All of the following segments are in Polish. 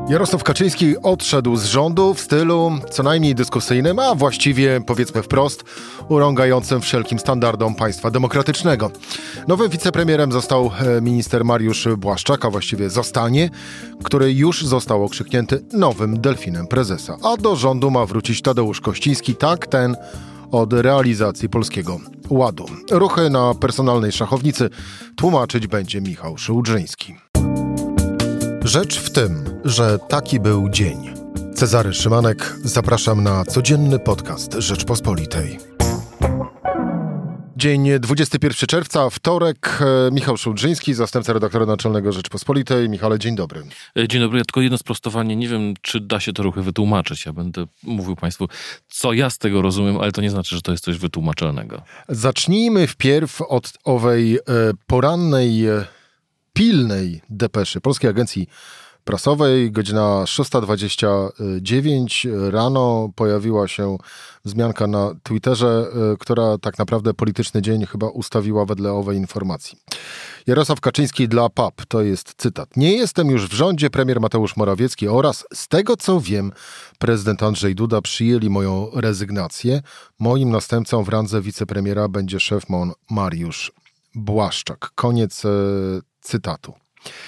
Jarosław Kaczyński odszedł z rządu w stylu co najmniej dyskusyjnym, a właściwie, powiedzmy wprost, urągającym wszelkim standardom państwa demokratycznego. Nowym wicepremierem został minister Mariusz Błaszczak, a właściwie zostanie, który już został okrzyknięty nowym delfinem prezesa. A do rządu ma wrócić Tadeusz Kościński, tak ten od realizacji Polskiego Ładu. Ruchy na personalnej szachownicy tłumaczyć będzie Michał Szyłdrzyński. Rzecz w tym, że taki był dzień. Cezary Szymanek, zapraszam na codzienny podcast Rzeczpospolitej. Dzień 21 czerwca, wtorek. Michał Szyłdrzyński, zastępca redaktora naczelnego Rzeczpospolitej. Michale, dzień dobry. Dzień dobry. Ja tylko jedno sprostowanie. Nie wiem, czy da się to ruchy wytłumaczyć. Ja będę mówił państwu, co ja z tego rozumiem, ale to nie znaczy, że to jest coś wytłumaczalnego. Zacznijmy wpierw od owej porannej, pilnej depeszy Polskiej Agencji Prasowej. Godzina 6:29 rano pojawiła się wzmianka na Twitterze, która tak naprawdę polityczny dzień chyba ustawiła wedle owej informacji. Jarosław Kaczyński dla PAP, to jest cytat. Nie jestem już w rządzie, premier Mateusz Morawiecki oraz z tego co wiem, prezydent Andrzej Duda przyjęli moją rezygnację. Moim następcą w randze wicepremiera będzie szef MON Mariusz Błaszczak. Koniec cytatu.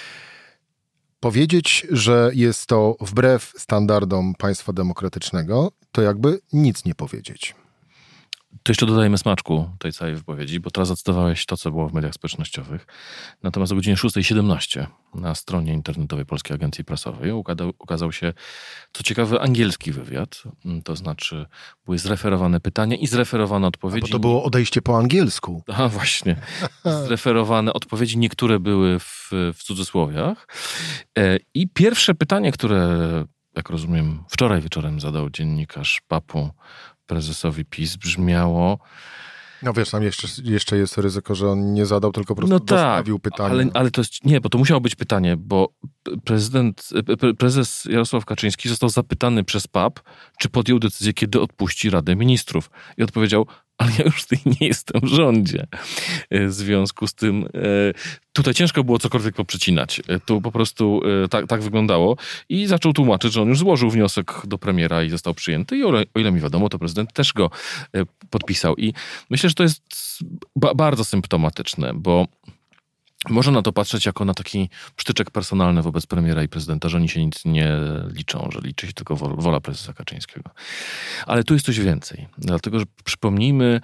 Powiedzieć, że jest to wbrew standardom państwa demokratycznego, to jakby nic nie powiedzieć. To jeszcze dodajemy smaczku tej całej wypowiedzi, bo teraz zacytowałeś to, co było w mediach społecznościowych. Natomiast o godzinie 6:17 na stronie internetowej Polskiej Agencji Prasowej ukazał się, co ciekawe, angielski wywiad. To znaczy były zreferowane pytania i zreferowane odpowiedzi. Bo to było odejście po angielsku. A właśnie. Zreferowane odpowiedzi, niektóre były w cudzysłowiach. I pierwsze pytanie, które, jak rozumiem, wczoraj wieczorem zadał dziennikarz PAP-u prezesowi PiS, brzmiało... No wiesz, tam jeszcze jest ryzyko, że on nie zadał, tylko po prostu dostawił pytanie. Ale to jest... Nie, bo to musiało być pytanie, bo prezes Jarosław Kaczyński został zapytany przez PAP, czy podjął decyzję, kiedy odpuści Radę Ministrów. I odpowiedział, ale ja już nie jestem w rządzie. W związku z tym tutaj ciężko było cokolwiek poprzecinać. Tu po prostu tak wyglądało. I zaczął tłumaczyć, że on już złożył wniosek do premiera i został przyjęty. I o ile mi wiadomo, to prezydent też go podpisał. I myślę, że to jest bardzo symptomatyczne, bo można na to patrzeć jako na taki przytyczek personalny wobec premiera i prezydenta, że oni się nic nie liczą, że liczy się tylko wola prezesa Kaczyńskiego. Ale tu jest coś więcej. Dlatego, że przypomnijmy,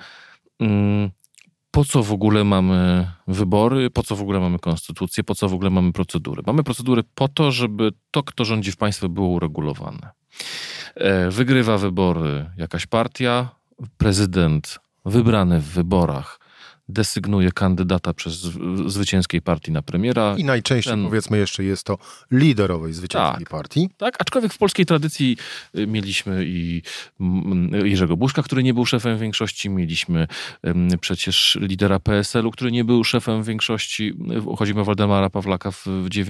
po co w ogóle mamy wybory, po co w ogóle mamy konstytucję, po co w ogóle mamy procedury. Mamy procedury po to, żeby to, kto rządzi w państwie, było uregulowane. Wygrywa wybory jakaś partia, prezydent wybrany w wyborach desygnuje kandydata przez zwycięskiej partii na premiera. I najczęściej, powiedzmy jeszcze, jest to liderowej zwycięskiej partii. Tak, aczkolwiek w polskiej tradycji mieliśmy i Jerzego Buzka, który nie był szefem większości, mieliśmy przecież lidera PSL-u, który nie był szefem większości. Chodzi o Waldemara Pawlaka w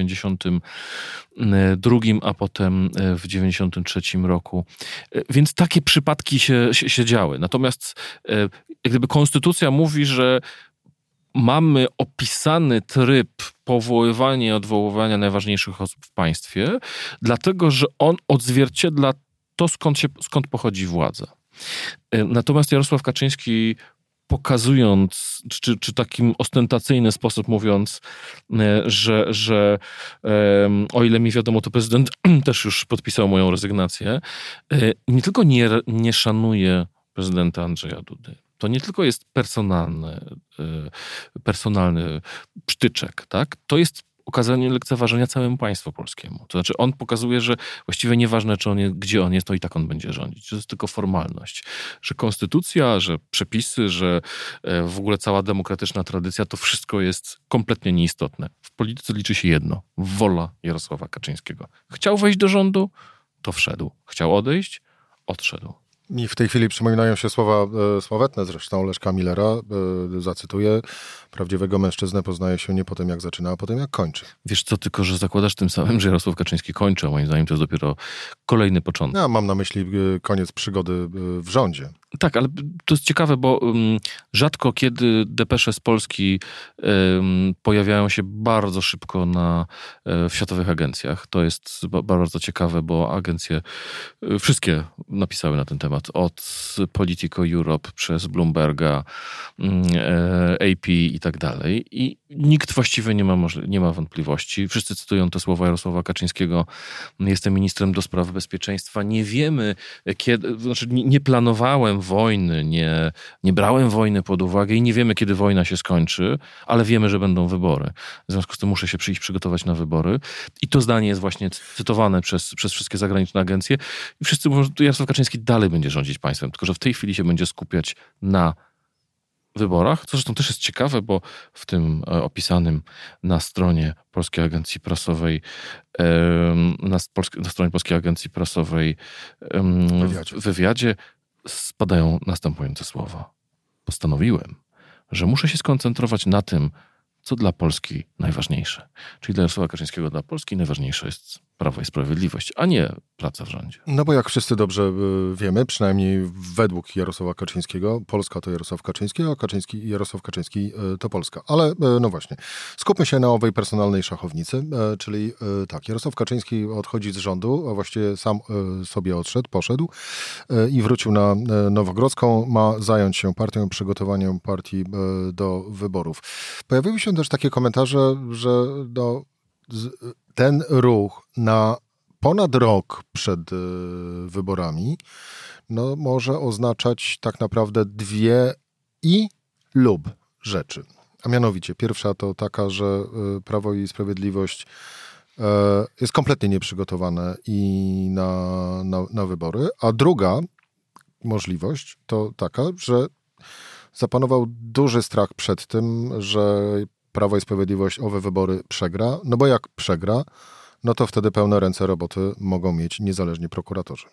92, a potem w 93 roku. Więc takie przypadki się działy. Natomiast jak gdyby konstytucja mówi, że mamy opisany tryb powoływania i odwoływania najważniejszych osób w państwie, dlatego, że on odzwierciedla to, skąd pochodzi władza. Natomiast Jarosław Kaczyński, pokazując, czy takim ostentacyjny sposób mówiąc, że o ile mi wiadomo, to prezydent też już podpisał moją rezygnację, nie tylko nie szanuje prezydenta Andrzeja Dudy. To nie tylko jest personalny przytyczek, tak? To jest okazanie lekceważenia całemu państwu polskiemu. To znaczy on pokazuje, że właściwie nieważne, gdzie on jest, to i tak on będzie rządzić. To jest tylko formalność. Że konstytucja, że przepisy, że w ogóle cała demokratyczna tradycja, to wszystko jest kompletnie nieistotne. W polityce liczy się jedno. Wola Jarosława Kaczyńskiego. Chciał wejść do rządu, to wszedł. Chciał odejść, odszedł. Mi w tej chwili przypominają się słowa sławetne zresztą Leszka Millera, zacytuję, prawdziwego mężczyznę poznaje się nie po tym jak zaczyna, a po tym jak kończy. Wiesz co, tylko że zakładasz tym samym, że Jarosław Kaczyński kończy, a moim zdaniem to jest dopiero kolejny początek. Ja mam na myśli koniec przygody w rządzie. Tak, ale to jest ciekawe, bo rzadko kiedy depesze z Polski pojawiają się bardzo szybko w światowych agencjach. To jest bardzo ciekawe, bo agencje wszystkie napisały na ten temat. Od Politico Europe przez Bloomberga, AP i tak dalej. I nikt właściwie nie ma wątpliwości. Wszyscy cytują te słowa Jarosława Kaczyńskiego. Jestem ministrem do spraw bezpieczeństwa. Nie wiemy, kiedy, znaczy nie planowałem wojny, nie brałem wojny pod uwagę i nie wiemy, kiedy wojna się skończy, ale wiemy, że będą wybory. W związku z tym muszę się przygotować na wybory. I to zdanie jest właśnie cytowane przez wszystkie zagraniczne agencje. I wszyscy mówią, że Jarosław Kaczyński dalej będzie rządzić państwem, tylko że w tej chwili się będzie skupiać na wyborach, co zresztą też jest ciekawe, bo w tym opisanym na stronie Polskiej Agencji Prasowej, na stronie Polskiej Agencji Prasowej wywiadzie spadają następujące słowa. Postanowiłem, że muszę się skoncentrować na tym, co dla Polski najważniejsze. Czyli dla Jarosława Kaczyńskiego dla Polski najważniejsze jest Prawo i Sprawiedliwość, a nie praca w rządzie. No bo jak wszyscy dobrze wiemy, przynajmniej według Jarosława Kaczyńskiego, Polska to Jarosław Kaczyński, a Jarosław Kaczyński to Polska. Ale no właśnie, skupmy się na owej personalnej szachownicy, czyli tak, Jarosław Kaczyński odchodzi z rządu, a właściwie sam sobie poszedł i wrócił na Nowogrodzką, ma zająć się partią, przygotowaniem partii do wyborów. Pojawiły się też takie komentarze, że ten ruch na ponad rok przed wyborami może oznaczać tak naprawdę dwie lub rzeczy. A mianowicie pierwsza to taka, że Prawo i Sprawiedliwość jest kompletnie nieprzygotowane i na wybory, a druga możliwość to taka, że zapanował duży strach przed tym, że Prawo i Sprawiedliwość owe wybory przegra, no bo jak przegra, no to wtedy pełne ręce roboty mogą mieć niezależni prokuratorzy.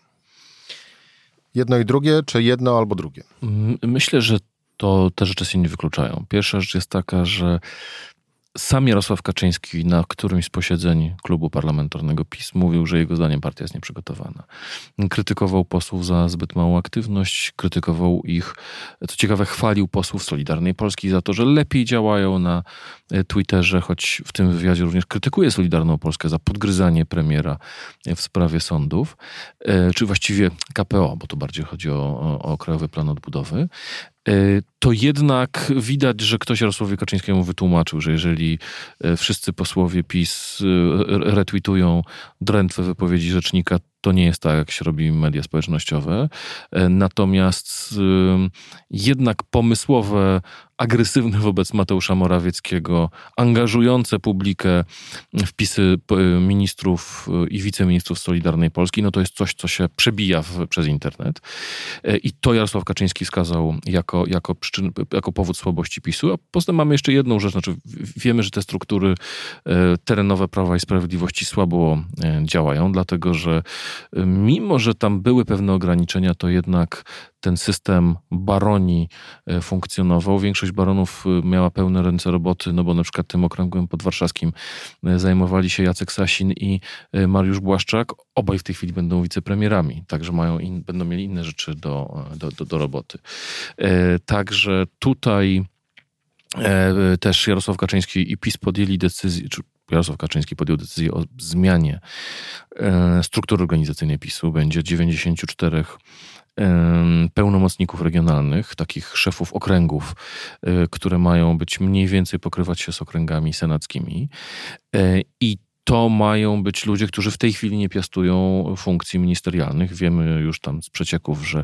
Jedno i drugie, czy jedno albo drugie? Myślę, że te rzeczy się nie wykluczają. Pierwsza rzecz jest taka, że sam Jarosław Kaczyński na którymś z posiedzeń klubu parlamentarnego PiS mówił, że jego zdaniem partia jest nieprzygotowana. Krytykował posłów za zbyt małą aktywność, krytykował ich, co ciekawe, chwalił posłów Solidarnej Polski za to, że lepiej działają na Twitterze, choć w tym wywiadzie również krytykuje Solidarną Polskę za podgryzanie premiera w sprawie sądów, czy właściwie KPO, bo to bardziej chodzi o Krajowy Plan Odbudowy. To jednak widać, że ktoś Jarosławowi Kaczyńskiemu wytłumaczył, że jeżeli wszyscy posłowie PiS retweetują drętwe wypowiedzi rzecznika, to nie jest tak, jak się robi media społecznościowe. Natomiast jednak pomysłowe, agresywne wobec Mateusza Morawieckiego, angażujące publikę wpisy ministrów i wiceministrów Solidarnej Polski, no to jest coś, co się przebija przez internet. I to Jarosław Kaczyński wskazał jako powód słabości PiS-u. A poza tym mamy jeszcze jedną rzecz. Znaczy wiemy, że te struktury terenowe Prawa i Sprawiedliwości słabo działają, dlatego że mimo, że tam były pewne ograniczenia, to jednak ten system baronii funkcjonował. Większość baronów miała pełne ręce roboty, no bo na przykład tym okręgiem podwarszawskim zajmowali się Jacek Sasin i Mariusz Błaszczak. Obaj w tej chwili będą wicepremierami, także będą mieli inne rzeczy do roboty. Także tutaj też Jarosław Kaczyński i PiS podjęli decyzję, czy Jarosław Kaczyński podjął decyzję o zmianie struktury organizacyjnej PiS-u. Będzie 94 pełnomocników regionalnych, takich szefów okręgów, które mają być mniej więcej pokrywać się z okręgami senackimi. I to mają być ludzie, którzy w tej chwili nie piastują funkcji ministerialnych. Wiemy już tam z przecieków, że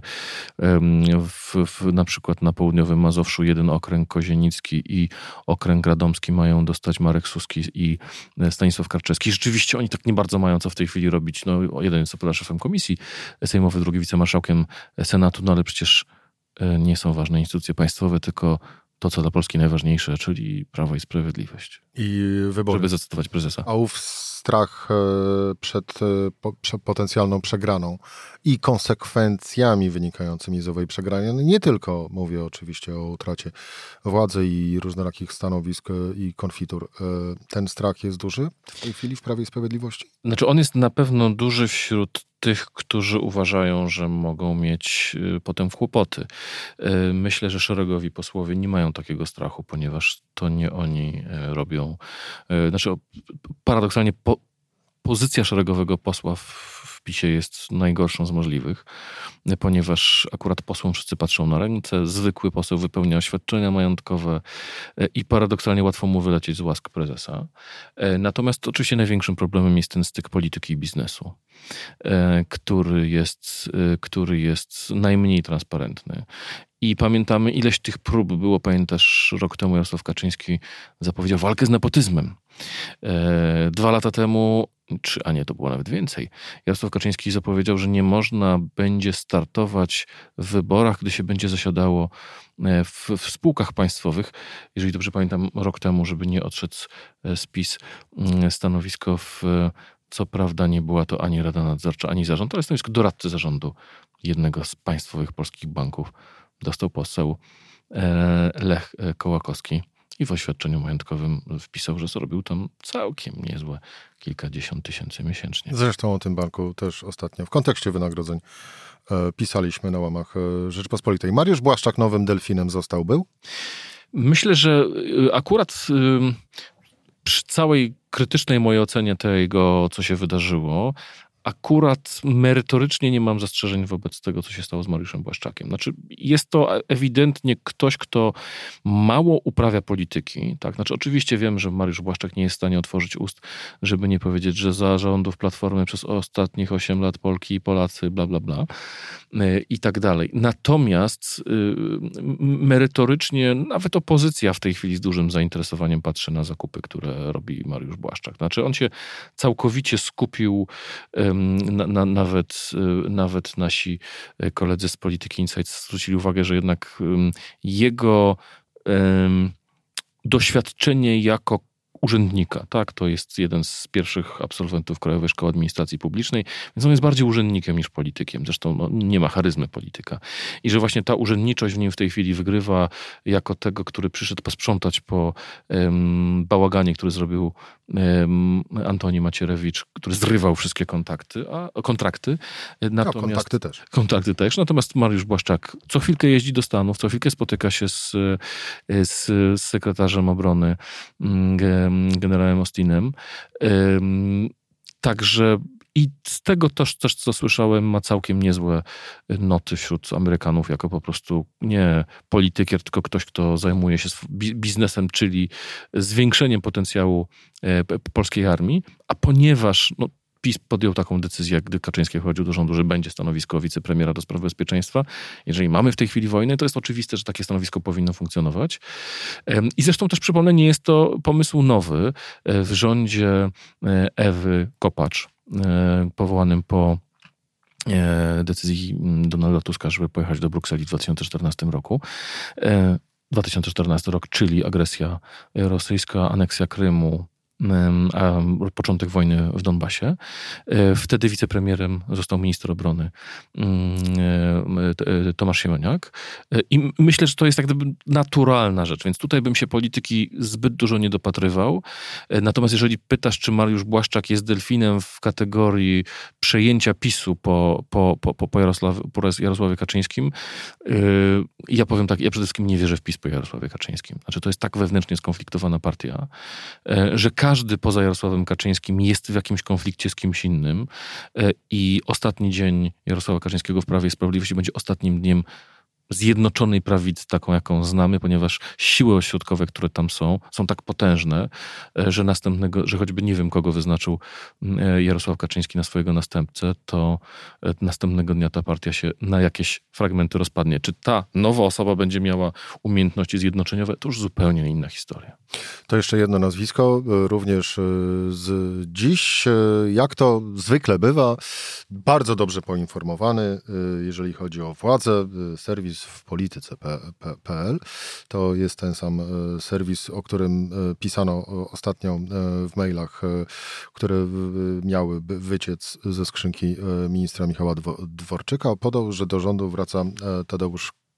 na przykład na południowym Mazowszu jeden okręg kozienicki i okręg radomski mają dostać Marek Suski i Stanisław Karczewski. Rzeczywiście oni tak nie bardzo mają co w tej chwili robić. No, jeden jest szefem komisji sejmowej, drugi wicemarszałkiem Senatu, no ale przecież nie są ważne instytucje państwowe, tylko to, co dla Polski najważniejsze, czyli Prawo i Sprawiedliwość. I wybory. Żeby zacytować prezesa. A ów strach przed potencjalną przegraną i konsekwencjami wynikającymi z owej przegrania, no nie tylko mówię oczywiście o utracie władzy i różnorakich stanowisk i konfitur. Ten strach jest duży w tej chwili w Prawie i Sprawiedliwości? Znaczy on jest na pewno duży wśród tych, którzy uważają, że mogą mieć potem kłopoty. Myślę, że szeregowi posłowie nie mają takiego strachu, ponieważ to nie oni robią. Znaczy, paradoksalnie pozycja szeregowego posła w PiS-ie jest najgorszą z możliwych, ponieważ akurat posłom wszyscy patrzą na ręce, zwykły poseł wypełnia oświadczenia majątkowe i paradoksalnie łatwo mu wylecieć z łask prezesa. Natomiast oczywiście największym problemem jest ten styk polityki i biznesu, który jest najmniej transparentny. I pamiętamy, ileś tych prób było. Pamiętasz, rok temu Jarosław Kaczyński zapowiedział walkę z nepotyzmem. 2 lata temu, to było nawet więcej, Jarosław Kaczyński zapowiedział, że nie można będzie startować w wyborach, gdy się będzie zasiadało w spółkach państwowych. Jeżeli dobrze pamiętam, rok temu, żeby nie odszedł z PiS, stanowisko co prawda nie była to ani Rada Nadzorcza, ani zarząd, ale stanowisko doradcy zarządu jednego z państwowych polskich banków dostał poseł Lech Kołakowski i w oświadczeniu majątkowym wpisał, że zrobił tam całkiem niezłe kilkadziesiąt tysięcy miesięcznie. Zresztą o tym banku też ostatnio w kontekście wynagrodzeń pisaliśmy na łamach Rzeczpospolitej. Mariusz Błaszczak nowym delfinem był? Myślę, że akurat przy całej krytycznej mojej ocenie tego, co się wydarzyło, akurat merytorycznie nie mam zastrzeżeń wobec tego, co się stało z Mariuszem Błaszczakiem. Znaczy, jest to ewidentnie ktoś, kto mało uprawia polityki. Tak? Znaczy, oczywiście wiem, że Mariusz Błaszczak nie jest w stanie otworzyć ust, żeby nie powiedzieć, że za rządów Platformy przez ostatnich 8 lat Polki i Polacy, bla, bla, bla i tak dalej. Natomiast merytorycznie nawet opozycja w tej chwili z dużym zainteresowaniem patrzy na zakupy, które robi Mariusz Błaszczak. Znaczy, on się całkowicie skupił. Nawet nasi koledzy z Polityki Insight zwrócili uwagę, że jednak jego doświadczenie jako urzędnika, tak, to jest jeden z pierwszych absolwentów Krajowej Szkoły Administracji Publicznej, więc on jest bardziej urzędnikiem niż politykiem. Zresztą nie ma charyzmy polityka. I że właśnie ta urzędniczość w nim w tej chwili wygrywa jako tego, który przyszedł posprzątać po bałaganie, który zrobił Antoni Macierewicz, który zrywał wszystkie kontrakty. Natomiast, kontakty też. Natomiast Mariusz Błaszczak co chwilkę jeździ do Stanów, co chwilkę spotyka się z sekretarzem obrony generałem Austinem. Także i z tego też, co słyszałem, ma całkiem niezłe noty wśród Amerykanów, jako po prostu nie politykier, tylko ktoś, kto zajmuje się biznesem, czyli zwiększeniem potencjału polskiej armii, a ponieważ PiS podjął taką decyzję, gdy Kaczyński wchodził do rządu, że będzie stanowisko wicepremiera do spraw bezpieczeństwa. Jeżeli mamy w tej chwili wojnę, to jest oczywiste, że takie stanowisko powinno funkcjonować. I zresztą też przypomnę, nie jest to pomysł nowy. W rządzie Ewy Kopacz, powołanym po decyzji Donalda Tuska, żeby pojechać do Brukseli w 2014 roku. 2014 rok, czyli agresja rosyjska, aneksja Krymu, a początek wojny w Donbasie. Wtedy wicepremierem został minister obrony Tomasz Siemoniak. I myślę, że to jest jak gdyby naturalna rzecz, więc tutaj bym się polityki zbyt dużo nie dopatrywał. Natomiast jeżeli pytasz, czy Mariusz Błaszczak jest delfinem w kategorii przejęcia PiS-u po Jarosławie Kaczyńskim, ja powiem tak, ja przede wszystkim nie wierzę w PiS po Jarosławie Kaczyńskim. Znaczy, to jest tak wewnętrznie skonfliktowana partia, że każdy poza Jarosławem Kaczyńskim jest w jakimś konflikcie z kimś innym i ostatni dzień Jarosława Kaczyńskiego w Prawie i Sprawiedliwości będzie ostatnim dniem zjednoczonej prawicy, taką jaką znamy, ponieważ siły ośrodkowe, które tam są tak potężne, że choćby nie wiem, kogo wyznaczył Jarosław Kaczyński na swojego następcę, to następnego dnia ta partia się na jakieś fragmenty rozpadnie. Czy ta nowa osoba będzie miała umiejętności zjednoczeniowe, to już zupełnie inna historia. To jeszcze jedno nazwisko, również z dziś, jak to zwykle bywa, bardzo dobrze poinformowany, jeżeli chodzi o władzę, serwis w polityce.pl. To jest ten sam serwis, o którym pisano ostatnio w mailach, które miały wyciec ze skrzynki ministra Michała Dworczyka. Podał, że do rządu wraca Tadeusz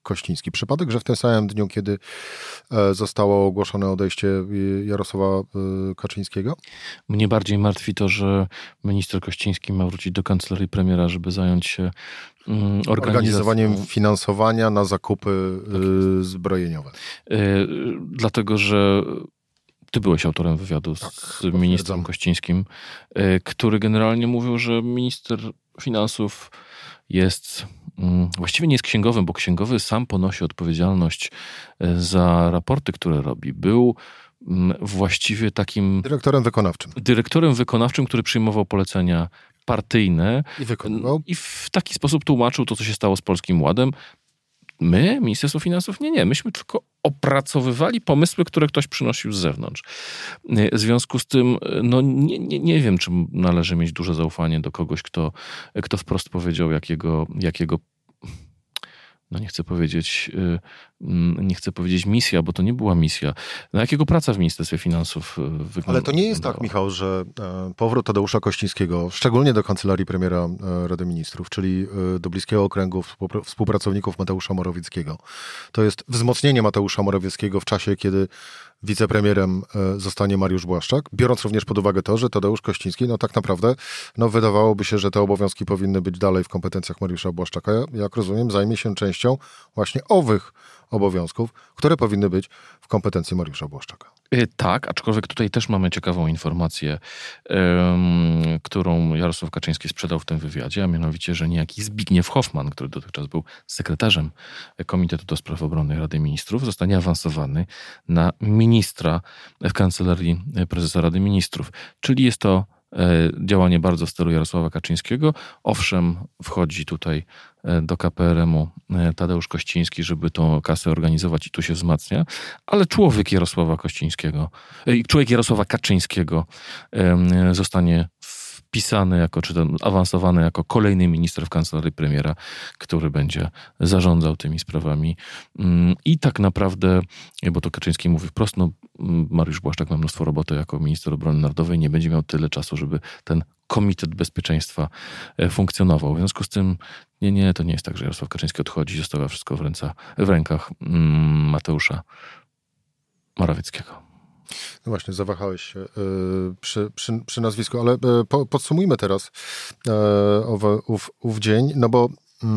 Kościński. Przypadek, że w tym samym dniu, kiedy zostało ogłoszone odejście Jarosława Kaczyńskiego? Mnie bardziej martwi to, że minister Kościński ma wrócić do kancelarii premiera, żeby zająć się organizowaniem finansowania na zakupy zbrojeniowe. Dlatego, że ty byłeś autorem wywiadu z ministrem Kościńskim, który generalnie mówił, że minister finansów jest właściwie nie jest księgowym, bo księgowy sam ponosi odpowiedzialność za raporty, które robi. Był właściwie takim... Dyrektorem wykonawczym, który przyjmował polecenia partyjne i w taki sposób tłumaczył to, co się stało z Polskim Ładem. My, Ministerstwo Finansów, nie. Myśmy tylko opracowywali pomysły, które ktoś przynosił z zewnątrz. W związku z tym, no nie wiem, czy należy mieć duże zaufanie do kogoś, kto wprost powiedział, jakiego no nie chcę powiedzieć misja, bo to nie była misja. Na jakiego praca w Ministerstwie Finansów wyglądała? Ale to nie jest tak, Michał, że powrót Tadeusza Kościńskiego, szczególnie do Kancelarii Premiera Rady Ministrów, czyli do bliskiego okręgu współpracowników Mateusza Morawieckiego, to jest wzmocnienie Mateusza Morawieckiego w czasie, kiedy wicepremierem zostanie Mariusz Błaszczak, biorąc również pod uwagę to, że Tadeusz Kościński, no tak naprawdę, no wydawałoby się, że te obowiązki powinny być dalej w kompetencjach Mariusza Błaszczaka. Jak rozumiem, zajmie się częścią właśnie owych obowiązków, które powinny być w kompetencji Mariusza Błaszczaka. Tak, aczkolwiek tutaj też mamy ciekawą informację, którą Jarosław Kaczyński sprzedał w tym wywiadzie, a mianowicie, że niejaki Zbigniew Hoffman, który dotychczas był sekretarzem Komitetu do Spraw Obrony Rady Ministrów, zostanie awansowany na ministra w Kancelarii Prezesa Rady Ministrów. Czyli jest to działanie bardzo w stylu Jarosława Kaczyńskiego. Owszem, wchodzi tutaj do KPRM-u Tadeusz Kościński, żeby tą kasę organizować i tu się wzmacnia, ale człowiek Jarosława Kaczyńskiego zostanie wpisany czy awansowany jako kolejny minister w kancelarii premiera, który będzie zarządzał tymi sprawami. I tak naprawdę, bo to Kaczyński mówi wprost, Mariusz Błaszczak ma mnóstwo roboty jako minister obrony narodowej, nie będzie miał tyle czasu, żeby ten Komitet Bezpieczeństwa funkcjonował. W związku z tym to nie jest tak, że Jarosław Kaczyński odchodzi i zostawia wszystko w rękach Mateusza Morawieckiego. No właśnie, zawahałeś się przy nazwisku, ale podsumujmy teraz ów dzień, no bo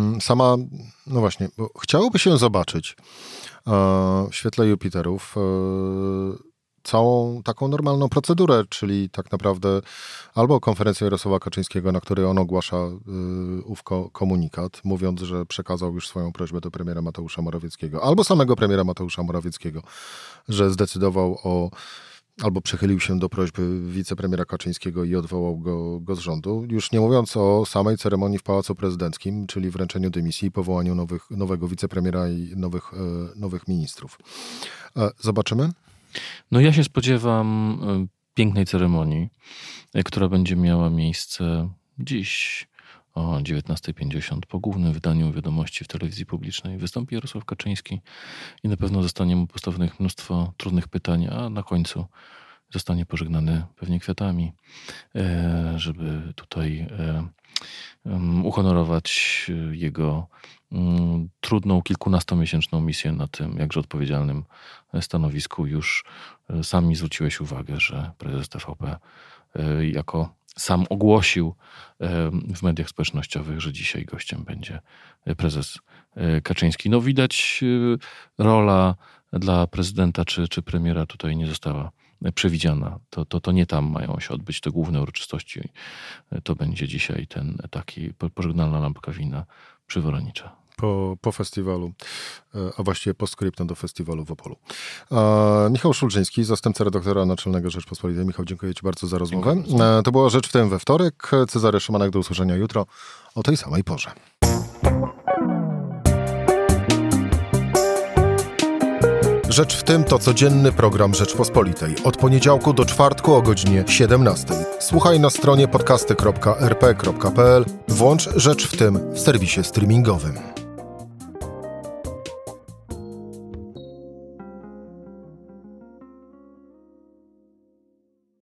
bo chciałoby się zobaczyć w świetle Jupiterów całą taką normalną procedurę, czyli tak naprawdę albo konferencję Jarosława Kaczyńskiego, na której on ogłasza ów komunikat, mówiąc, że przekazał już swoją prośbę do premiera Mateusza Morawieckiego, albo samego premiera Mateusza Morawieckiego, że zdecydował albo przychylił się do prośby wicepremiera Kaczyńskiego i odwołał go z rządu. Już nie mówiąc o samej ceremonii w Pałacu Prezydenckim, czyli wręczeniu dymisji i powołaniu nowego wicepremiera i nowych ministrów. Zobaczymy? No ja się spodziewam pięknej ceremonii, która będzie miała miejsce dziś o 19:50 po głównym wydaniu Wiadomości w telewizji publicznej. Wystąpi Jarosław Kaczyński i na pewno zostanie mu postawionych mnóstwo trudnych pytań, a na końcu zostanie pożegnany pewnie kwiatami, żeby tutaj uhonorować jego trudną, kilkunastomiesięczną misję na tym jakże odpowiedzialnym stanowisku. Już sami zwróciłeś uwagę, że prezes TVP sam ogłosił w mediach społecznościowych, że dzisiaj gościem będzie prezes Kaczyński. No widać, rola dla prezydenta czy premiera tutaj nie została przewidziana. To nie tam mają się odbyć te główne uroczystości. To będzie dzisiaj taki pożegnalna lampka wina przy Woronicza. Po festiwalu, a właściwie postscriptum do festiwalu w Opolu. Michał Szulżyński, zastępca redaktora naczelnego Rzeczpospolitej. Michał, dziękuję Ci bardzo za rozmowę. Dziękuję. To była Rzecz w tym we wtorek. Cezary Szymanek, do usłyszenia jutro o tej samej porze. Rzecz w tym to codzienny program Rzeczpospolitej. Od poniedziałku do czwartku o godzinie 17. Słuchaj na stronie podcasty.rp.pl. Włącz Rzecz w tym w serwisie streamingowym.